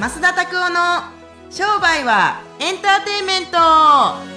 増田拓夫の商売はエンターテインメント。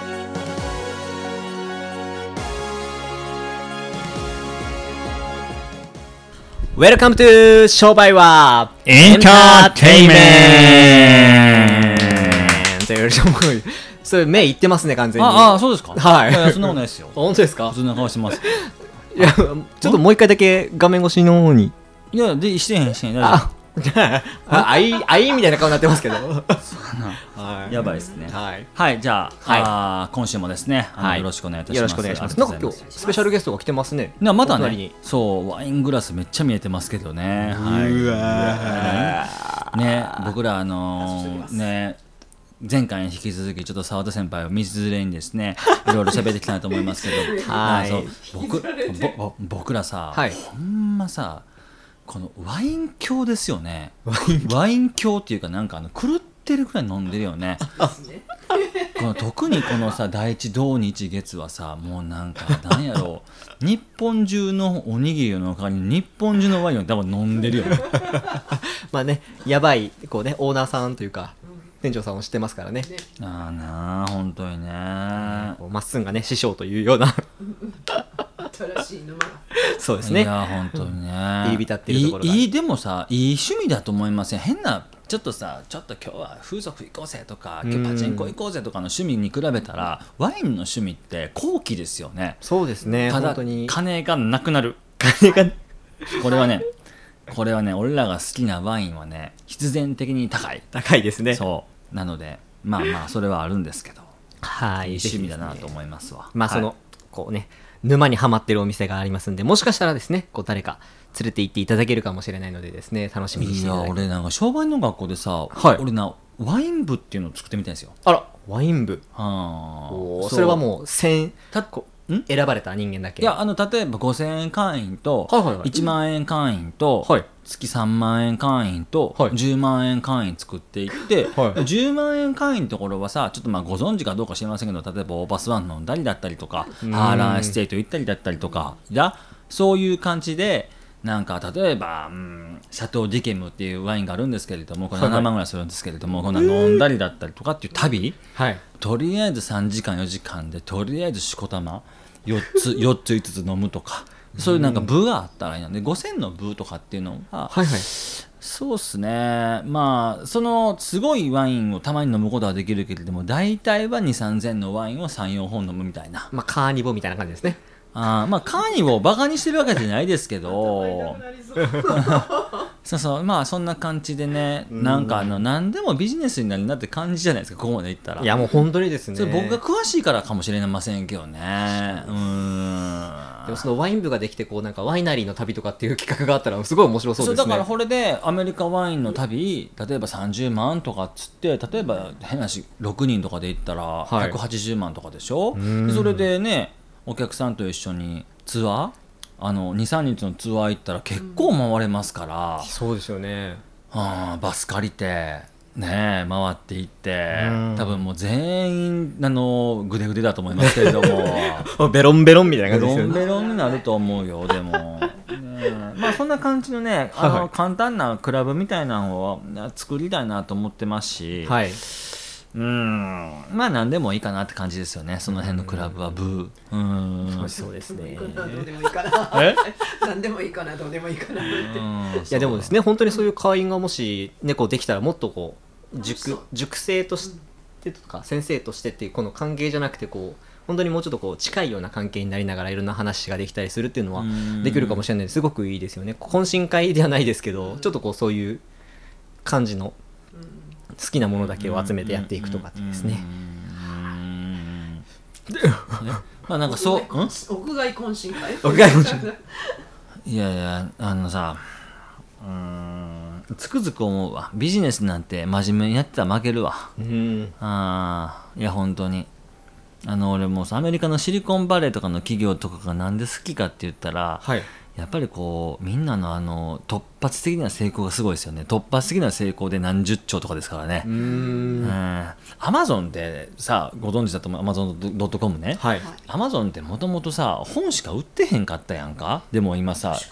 Welcome to 商売はエンターテイメント。 それ目いってますね完全に。 ああ、そうですか。 はい。 いやそんなことないですよ。 本当ですか。 普通な顔してます。 いやちょっともう一回だけ画面越しの方に。 いやでしてへん大丈あいみたいな顔になってますけど。 夫。やばいですね。 はい。 はい、じゃあ、今週もですね、 はいよろしくお願いいたします。 よろしくお願いします。なんか今日スペシャルゲストが来てますね。 またねお隣に、 そうワイングラスめっちゃ見えてますけどね。 うわね、僕らね。前回に引き続きちょっと澤田先輩を道連れにですねいろいろ喋っていきたいと思いますけどはいそう僕らさ、 はいほんまさこのワイン狂ですよね。ワイン狂っていうかなんか狂ってるくらい飲んでるよね。特にこのさ第一土日月はさもうなんかなんやろう日本中のおにぎりの中に日本中のワインを多分飲んでるよね。 まあね、やばいこうねオーナーさんというか店長さんを知ってますからね。 ああなあ本当にね。 まっすんがね師匠というような新しい沼。 そうですね。 いや本当にね入り浸ってるところがでもさいい趣味だと思いません？変なちょっと今日は風俗行こうぜとか今日パチンコ行こうぜとかの趣味に比べたらワインの趣味って高貴ですよね。 そうですね。 ただ本当に金がなくなる。 金がこれはね俺らが好きなワインはね必然的に高い。 高いですね。 そうなのでまあそれはあるんですけどはい、 いい趣味だなと思いますわ。 まあその、 はいこうね沼にはまってるお店がありますんで、もしかしたらですねこう誰か連れて行っていただけるかもしれないのでですね楽しみにしていただき俺なんか商売の学校でさ、 はい俺ワイン部っていうのを作ってみたいんですよ。 あらワイン部。 そそれはもう選ばれた人間だけ。 いや例えば5000円会員とはいはいはい 1万円会員とはい月3万円会員とはい 10万円会員作っていってはい 10万円会員のところはさちょっとご存知かどうか知りませんけど例えばオーバスワン飲んだりだったりとかハーラーエステート行ったりだったりとかそういう感じでなんか例えば、シャトー・ディケムっていうワインがあるんですけれどもこれ7万ぐらいするんですけれども、こんな飲んだりだったりとかっていう旅、 はいとりあえず3時間4時間でとりあえずしこたま4つ5つ飲むとかそういうなんか部があったらいいので5000の部とかっていうのが、 はいはい。 そうっすねまあそのすごいワインをたまに飲むことはできるけれども大体は2、3000のワインを3、4本飲むみたいな。 まあカーニボみたいな感じですね。 まあカーニバをバカにしてるわけじゃないですけどそうまあそんな感じでねなんか何でもビジネスになるなって感じじゃないですかここまでいったら。 いやもう本当にですね。 それ僕が詳しいからかもしれませんけどね。 でもそのワイン部ができてこうなんかワイナリーの旅とかっていう企画があったらすごい面白そうですね。 だからこれでアメリカワインの旅例えば30万とかっつって例えば変なし6人とかで行ったらはい 180万とかでしょ。でそれでねお客さんと一緒にツアー2、3日のツアー行ったら結構回れますから、 そうですよね。 バス借りてね回っていって多分もう全員グデグデだと思いますけれどもベロンベロンみたいなベ感じですよね。 ロンベロンになると思うよでも、まあそんな感じのね簡単なクラブみたいなのを作りたいなと思ってますし、 はい。 まあ何でもいいかなって感じですよねその辺のクラブはブーそうですね。 どうでもいいかな。何でもいいかなどうでもいいかなって。 いやでもですね本当にそういう会員がもし猫できたらもっとこう塾生としてとか先生としてっていうこの関係じゃなくてこう本当にもうちょっとこう近いような関係になりながらいろんな話ができたりするっていうのはできるかもしれないですごくいいですよね。懇親会ではないですけどちょっとこうそういう感じの好きなものだけを集めてやっていくとかってですね。 まあなんかそう屋外懇親会。 屋外懇親会。 いやいやさつくづく思うわビジネスなんて真面目にやってたら負けるわ。いや本当に俺もさアメリカのシリコンバレーとかの企業とかがなんで好きかって言ったら、 はい。 やっぱりこうみんなの突発的な成功がすごいですよね。突発的な成功で何十兆とかですからね。アマゾンってさご存知だと思う。アマゾン.com ね。 はい。 アマゾンってもともとさ本しか売ってへんかったやんか。でも今さ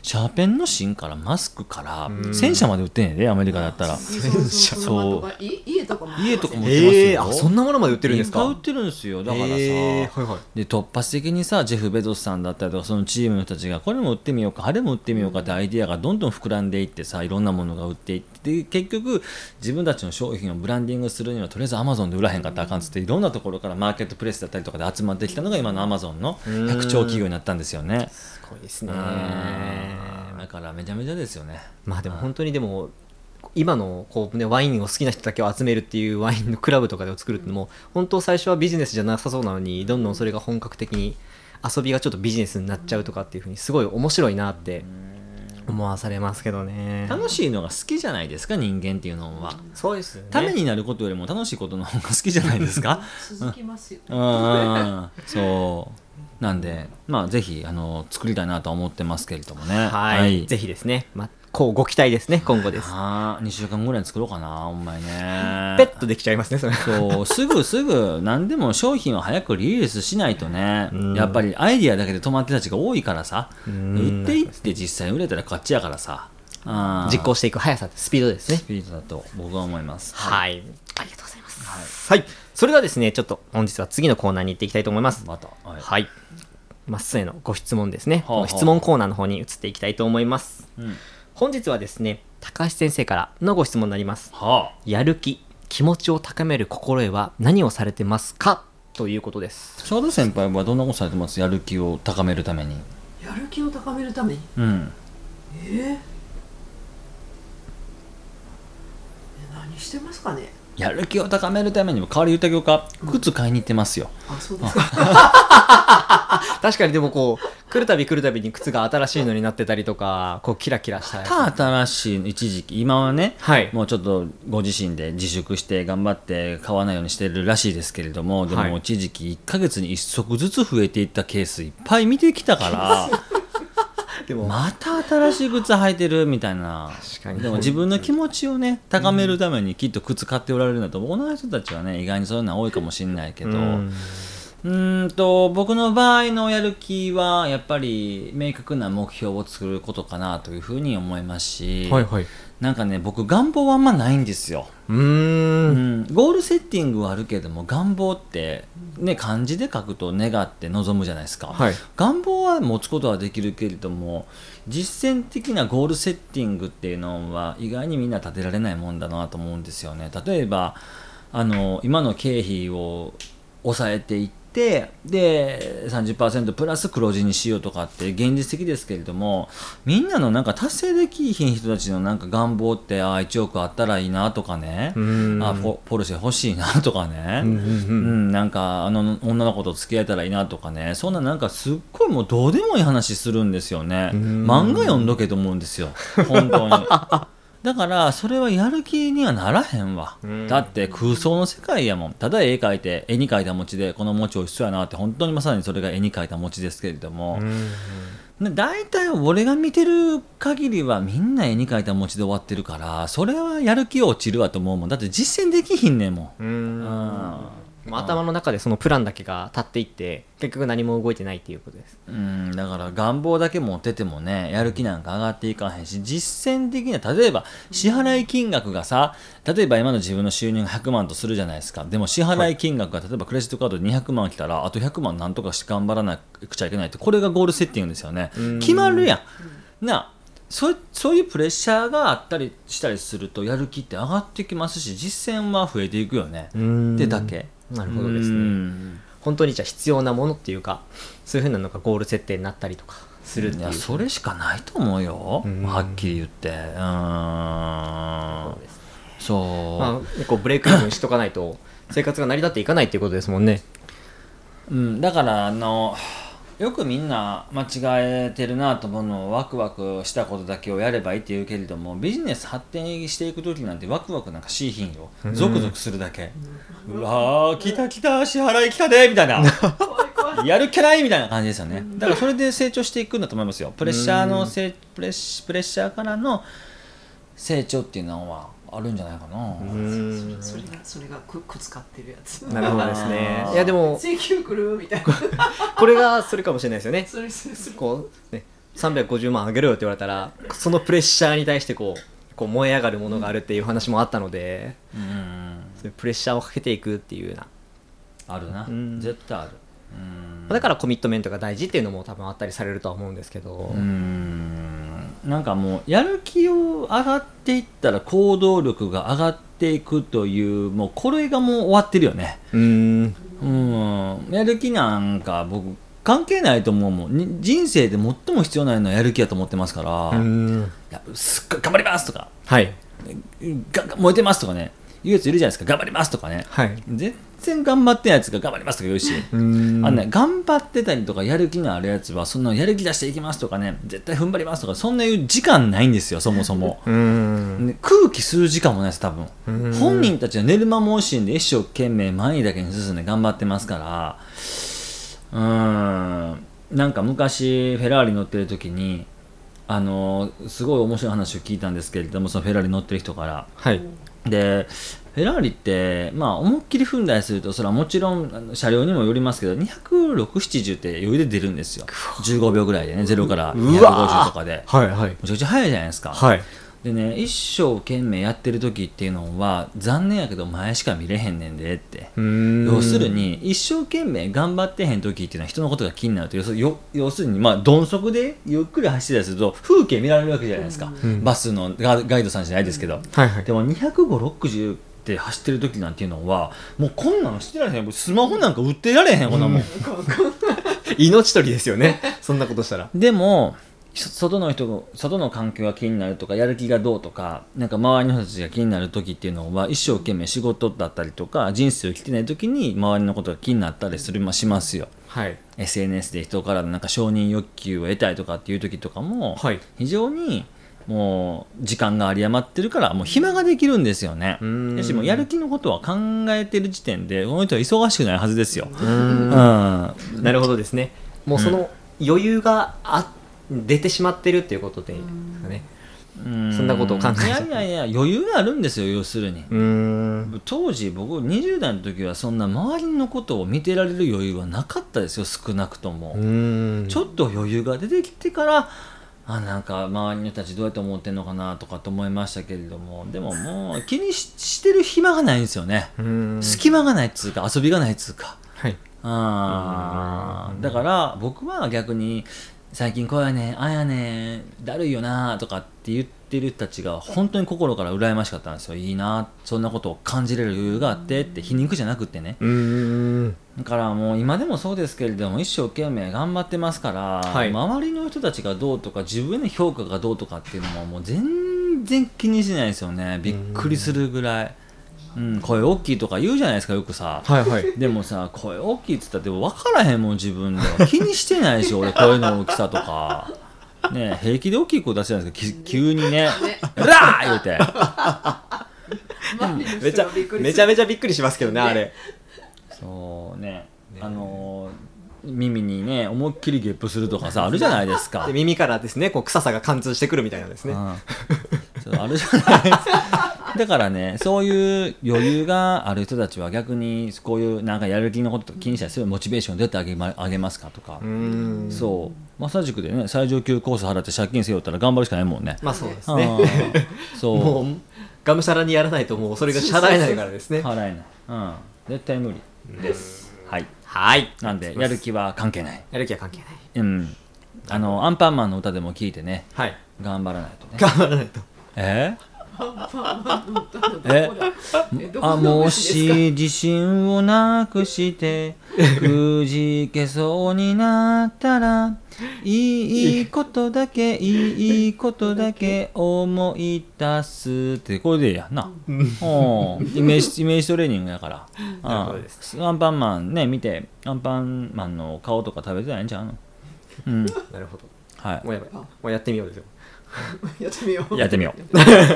シャーペンの芯からマスクから戦車まで売ってんねんで、アメリカだったら。 そう家とかも売ってますよ。 あ、そんなものまで売ってるんですか。 いっぱい売ってるんですよ。だからさ、で突発的にさ、ジェフ・ベゾスさんだったりとかそのチームの人たちがこれも売ってみようかあれも売ってみようかってアイディアがどんどん膨らんでいってさ、いろんなものが売っていって、結局自分たちの商品をブランディングするにはとりあえずアマゾンで売らへんかったらあかんっつって、いろんなところからマーケットプレイスだったりとかで集まってきたのが今のアマゾンの100兆企業になったんですよね。 すごいですね。 だからめちゃめちゃですよね。 まあでも本当にでも今のこう、ね、ワインを好きな人だけを集めるっていうワインのクラブとかでを作るっていうのも本当最初はビジネスじゃなさそうなのに、どんどんそれが本格的に遊びがちょっとビジネスになっちゃうとかっていう風にすごい面白いなって思わされますけどね。 楽しいのが好きじゃないですか、人間っていうのは。 そうですよね。 ためになることよりも楽しいことの方が好きじゃないですか。 続きますよ、 そうなんで、まあぜひ作りたいなとは思ってますけれどもね。 はい、ぜひですね、こうご期待ですね、今後です。 2週間ぐらい作ろうかな、ほんまにね。 ペットできちゃいますね、それ。 そう、すぐ何でも商品を早くリリースしないとね、やっぱりアイディアだけで止まってたちが多いからさ、売っていって実際売れたら勝ちやからさ、 実行していく速さ、スピードですね。 スピードだと僕は思います。 はい、ありがとうございます。はい、それではですね、ちょっと本日は次のコーナーに行っていきたいと思います。はい、まっすーへのご質問ですね。質問コーナーの方に移っていきたいと思います。本日はですね、高橋先生からのご質問になります。やる気、気持ちを高める心得は何をされてますかということです。 翔太先輩はどんなことされてます？やる気を高めるために。 やる気を高めるために、何してますかね。 やる気を高めるためにも代わり言ってあげようか、靴買いに行ってますよ。 あ、そうですか。 確かにでもこう来るたびに靴が新しいのになってたりとか、こうキラキラした新しい一時期、今はね、もうちょっとご自身で自粛して頑張って買わないようにしてるらしいですけれども、でも一時期1ヶ月に1足ずつ増えていったケースいっぱい見てきたからでもまた新しい靴履いてるみたいな。でも自分の気持ちをね高めるためにきっと靴買っておられるんだと思う。同じ人たちはね意外にそういうのは多いかもしれないけど、僕の場合のやる気はやっぱり明確な目標を作ることかなというふうに思いますし、なんかね僕願望はあんまないんですよ。ゴールセッティングはあるけども、願望ってね漢字で書くと願って望むじゃないですか、願望は持つことはできるけれども、実践的なゴールセッティングっていうのは意外にみんな立てられないもんだなと思うんですよね。例えば今の経費を抑えていって、で 30% プラス黒字にしようとかって現実的ですけれども、みんなのなんか達成できひん人たちのなんか願望って、1億あったらいいなとかね、ポルシェ欲しいなとかね、なんか女の子と付き合えたらいいなとかね、そんななんかすっごいもうどうでもいい話するんですよね。漫画読んどけと思うんですよ本当にだからそれはやる気にはならへんわ。だって空想の世界やもん。ただ絵に描いた餅でこの餅美味しそうやなって、本当にまさにそれが絵に描いた餅ですけれども、大体俺が見てる限りはみんな絵に描いた餅で終わってるから、それはやる気落ちるわと思うもん。だって実践できひんねんもん。 頭の中でそのプランだけが立っていって結局何も動いてないっていうことです。 だから願望だけ持っててもねやる気なんか上がっていかへんし、実践的には例えば支払い金額がさ、例えば今の自分の収入が100万とするじゃないですか。でも支払い金額が例えばクレジットカードで200万来たら、あと100万なんとかして頑張らなくちゃいけないって、これがゴールセッティングですよね。決まるやんな。そういうプレッシャーがあったりしたりするとやる気って上がってきますし、実践は増えていくよねってだけ。 なるほどですね。本当にじゃあ必要なものっていうか、そういう風なのがゴール設定になったりとかするっていう。 いやそれしかないと思うよ、はっきり言って。そう、 こうブレイクイブンしとかないと生活が成り立っていかないっていうことですもんね。 だからよくみんな間違えてるなと思うのは、ワクワクしたことだけをやればいいって言うけれども、ビジネス発展していく時なんてワクワクなんかしいひんよ。ゾクゾクするだけ。うわー来た支払い来たでみたいなやる気ないみたいな感じですよね。だからそれで成長していくんだと思いますよ。プレッシャーからの成長っていうのはあるんじゃないかな。 それが靴買ってるやつ。 なるほどですね。いやでも請求来るみたいなこれがそれかもしれないですよね。こうね、 350万あげろよって言われたらそのプレッシャーに対してこう燃え上がるものがあるっていう話もあったので、そういうプレッシャーをかけていくっていうようなあるな、絶対ある。 だからコミットメントが大事っていうのも多分あったりされるとは思うんですけど、 なんかもうやる気を上がっていったら行動力が上がっていくというもうこれがもう終わってるよね。やる気なんか僕関係ないと思うもん。人生で最も必要なのはやる気やと思ってますから、いやすっごい頑張りますとか、 はい、 燃えてますとかね言うやついるじゃないですか。頑張りますとかね、 はい、 全然頑張ってないやつが頑張りますとか言うし、頑張ってたりとかやる気のあるやつはそんなやる気出していきますとかね、絶対踏ん張りますとかそんないう時間ないんですよ、そもそも。空気吸う時間もないです、多分。本人たちは寝る間も惜しんで一生懸命前にだけに進んで頑張ってますから、なんか昔フェラーリ乗ってる時にすごい面白い話を聞いたんですけれども、そのフェラーリ乗ってる人から、 はい、 でフェラーリって、まあ、思いっきり踏んだりするとそれはもちろん車両にもよりますけど260、70って余裕で出るんですよ。15秒ぐらいでね、0から250とかで、 はいはい、 めちゃくちゃ速いじゃないですか。 はい、 でね、一生懸命やってる時っていうのは残念やけど前しか見れへんねんでって。要するに一生懸命頑張ってへん時っていうのは人のことが気になると、要するにまあ鈍足でゆっくり走ったりすると風景見られるわけじゃないですか、バスのガイドさんじゃないですけど、はいはい、でも250、60って走ってる時なんていうのはもうこんなのしてられへん。スマホなんか売ってられへん、こんなもん命取りですよねそんなことしたら。 でも外の環境が気になるとかやる気がどうとか、なんか周りの人たちが気になる時っていうのは一生懸命仕事だったりとか人生を生きてない時に周りのことが気になったりしますよ、はい、SNS で人からなんか承認欲求を得たいとかっていう時とかも、はい、非常にもう時間が有り余ってるからもう暇ができるんですよね。やしもやる気のことは考えてる時点でこの人は忙しくないはずですよ。 なるほどですね。もうその余裕が出てしまってるっていうことでいいですかね。そんなことを考えていや余裕があるんですよ。要するに当時僕20代の時はそんな周りのことを見てられる余裕はなかったですよ、少なくとも。ちょっと余裕が出てきてからなんか周りの人たちどうやって思ってんのかなとかと思いましたけれども、でももう気にしてる暇がないんですよね。隙間がないっつうか遊びがないっつうか、はい、だから僕は逆に最近こうやねんあやねんだるいよなとかって言ってる人たちが本当に心から羨ましかったんですよ。いいな、そんなことを感じれる余裕があってって皮肉じゃなくってね。だからもう今でもそうですけれども一生懸命頑張ってますから、はい、周りの人たちがどうとか自分への評価がどうとかっていうのももう全然気にしないですよね。びっくりするぐらい。声大きいとか言うじゃないですかよくさ、はいはい、でもさ声大きいっつったって分からへんもん自分では。気にしてないし俺声の大きさとかね、平気で大きい声出してないですか急にねうらー言うてめちゃめちゃびっくりしますけどねあれ。 そうね、耳にね思いっきりゲップするとかさあるじゃないですか。 で耳からですねこう臭さが貫通してくるみたいなんですね、 そうあるじゃないですか。だからねそういう余裕がある人たちは逆にこういうなんかやる気のこととか気にしたりするモチベーションどうやって上げますかとか。そうマッサージ塾でね最上級コース払って借金せよったら頑張るしかないもんね。 まあそうですねそうもうがむしゃらにやらないともうそれが払えないからですね。 払えない、絶対無理です。はいはい、 なんでやる気は関係ない。 やる気は関係ない。 アンパンマンの歌でも聞いてね、はい、頑張らないとね。 頑張らないと。 もし自信をなくしてくじけそうになったらいいことだけ思い出すってこれでやんな。イメージトレーニングやから。アンパンマンね見てアンパンマンの顔とか食べてないんちゃうの。 なるほど、 はい、 もうやってみようですよやってみよう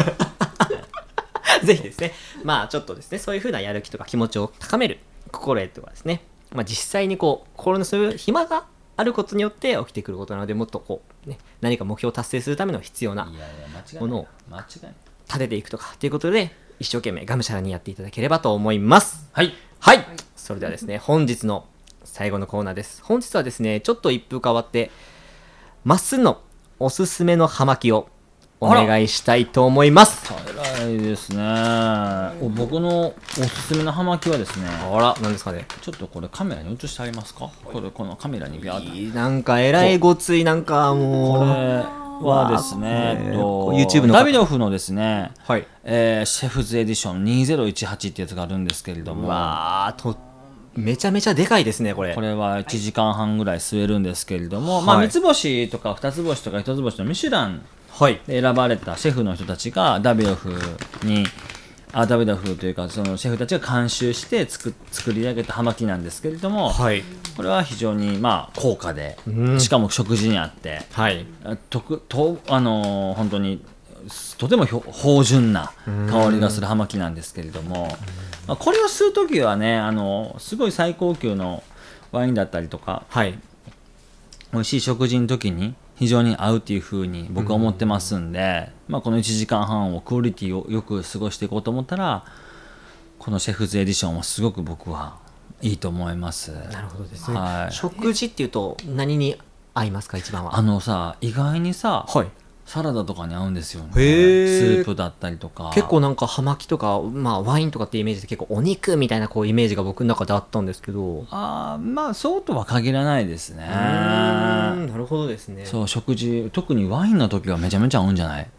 ぜひですね、まあちょっとですねそういう風なやる気とか気持ちを高める心得とかですね、まあ、実際にこう心のそういう暇があることによって起きてくることなので、もっとこう、ね、何か目標を達成するための必要なものを立てていくとかということで一生懸命がむしゃらにやっていただければと思います。 はい、 はい、それではですね本日の最後のコーナーです。本日はですねちょっと一風変わってまっすんのおすすめのハマキをお願いしたいと思います。 偉いですね。僕のおすすめのハマキはですね、 あら、何ですかね。 ちょっとこれカメラに映してありますか？このカメラにビャーっと。 なんかえらいごつい、なんかもう。 これはですね、 YouTube のダビドフのですね、 はい、 シェフズエディション2018ってやつがあるんですけれども、 めちゃめちゃでかいですね、これ。 これは1時間半ぐらい吸えるんですけれども、 はい、 3つ星とか2つ星とか1つ星のミシュランで選ばれたシェフの人たちがダビドフというか、そのシェフたちが監修して作り上げた葉巻なんですけれども、 はい、 これは非常に高価で、しかも食事にあって、はい、本当にとても芳醇な香りがする葉巻なんですけれども、これを吸うときはね、すごい最高級のワインだったりとか、はい、美味しい食事の時に非常に合うっていう風に僕は思ってますんで、この1時間半をクオリティをよく過ごしていこうと思ったら、このシェフズエディションはすごく僕はいいと思います。 なるほどですね、はい、食事っていうと何に合いますか？一番は意外にさ、はい、サラダとかに合うんですよね。スープだったりとか。 結構なんか葉巻とか、ワインとかってイメージで結構お肉みたいなイメージが僕の中であったんですけど、 そうとは限らないですね。 なるほどですね。 そう、食事、特にワインの時はめちゃめちゃ合うんじゃない？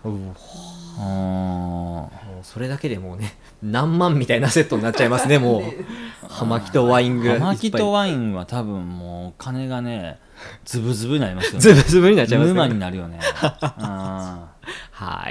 それだけでもうね、何万みたいなセットになっちゃいますね。もう葉巻とワイン葉巻とワインは多分もう金がね、ズブズブになりますよね。 ズブズブになっちゃいますね。 沼になるよね。 はい、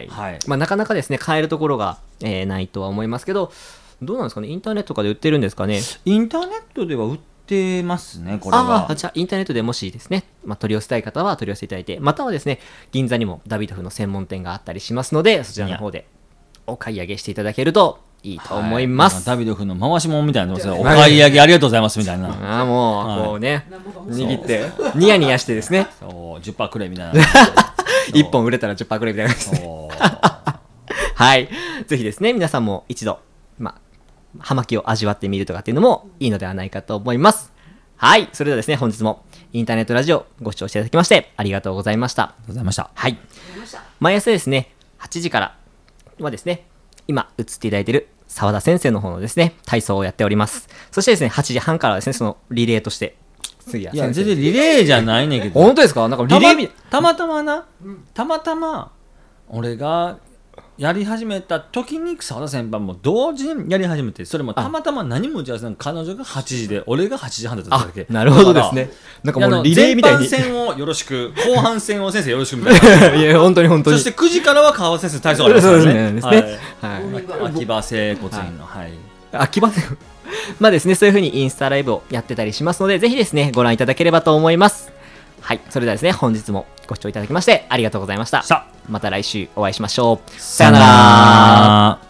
なかなかですね、買えるところが、ないとは思いますけど、どうなんですかね。インターネットとかで売ってるんですかね。 インターネットでは売ってますね、これは。 じゃあインターネットでもしですね、取り寄せたい方は取り寄せていただいて、またはですね、銀座にもダビドフの専門店があったりしますので、そちらの方でお買い上げしていただけるといいと思います。 ダビドフの回しもんみたいなのお買い上げありがとうございますみたいな。 もうこうね、握ってニヤニヤしてですね、 そう、10%くれみたいな。 1本売れたら10%くれみたいなですね。はい、ぜひですね、皆さんも一度葉巻を味わってみるとかっていうのもいいのではないかと思います。はい、それではですね、本日もインターネットラジオご視聴していただきましてありがとうございました。はい、毎朝ですね、8時からはですね、今映っていただいている澤田先生の方のですね、体操をやっております。そしてですね、8時半からはですね、そのリレーとしていや全然リレーじゃないねんけど。 本当ですか？なんかリレーたまたま俺がやり始めた時に澤田先輩も同時にやり始めて、それもたまたま何も打ち合わせない。彼女が8時で俺が8時半だっただけ。 なるほどですね。なんかもうリレーみたいに前半戦をよろしく、後半戦を先生よろしくみたいな。 いや本当にそして9時からは川先生体操ありますからね。 そうですね。 秋葉整骨院の、 秋葉整骨ですね、そういう風にインスタライブをやってたりしますので、ぜひですね、ご覧いただければと思います。はい、それではですね、本日もご視聴いただきましてありがとうございました。また来週お会いしましょう。さよなら。